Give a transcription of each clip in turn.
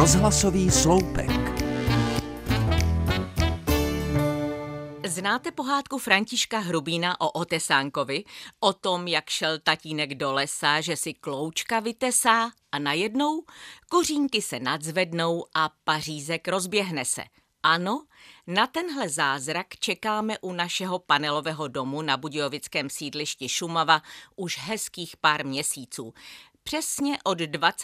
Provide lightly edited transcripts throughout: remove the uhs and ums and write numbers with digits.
Rozhlasový sloupek. Znáte pohádku Františka Hrubýna o Otesánkovi? O tom, jak šel tatínek do lesa, že si kloučka vytesá a najednou kořínky se nadzvednou a pařízek rozběhne se. Ano, na tenhle zázrak čekáme u našeho panelového domu na budějovickém sídlišti Šumava už hezkých pár měsíců. Přesně od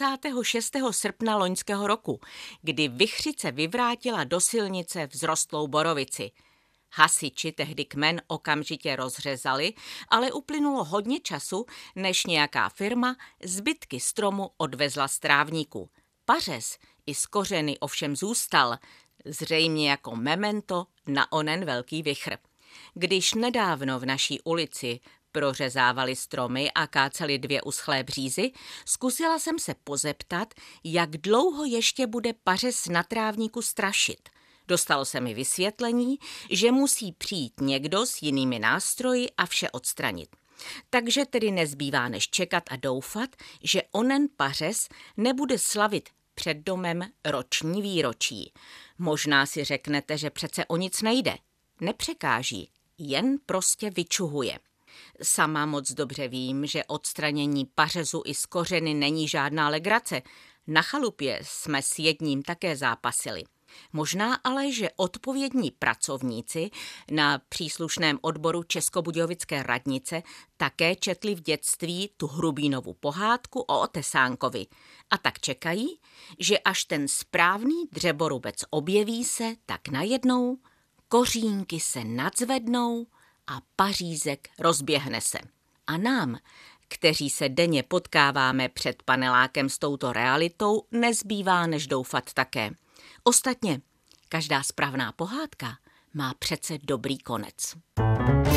26. srpna loňského roku, kdy vichřice vyvrátila do silnice vzrostlou borovici. Hasiči tehdy kmen okamžitě rozřezali, ale uplynulo hodně času, než nějaká firma zbytky stromu odvezla z trávníku. Pařez i z kořeny ovšem zůstal, zřejmě jako memento na onen velký vichr. Když nedávno v naší ulici prořezávali stromy a káceli 2 uschlé břízy, zkusila jsem se pozeptat, jak dlouho ještě bude pařez na trávníku strašit. Dostalo se mi vysvětlení, že musí přijít někdo s jinými nástroji a vše odstranit. Takže tedy nezbývá než čekat a doufat, že onen pařez nebude slavit před domem roční výročí. Možná si řeknete, že přece o nic nejde. Nepřekáží, jen prostě vyčuhuje. Sama moc dobře vím, že odstranění pařezu i z kořeny není žádná legrace. Na chalupě jsme s jedním také zápasili. Možná ale, že odpovědní pracovníci na příslušném odboru Českobudějovické radnice také četli v dětství tu Hrubýnovu pohádku o Otesánkovi a tak čekají, že až ten správný dřeborubec objeví se, tak najednou kořínky se nadzvednou a pařízek rozběhne se. A nám, kteří se denně potkáváme před panelákem s touto realitou, nezbývá než doufat také. Ostatně, každá správná pohádka má přece dobrý konec.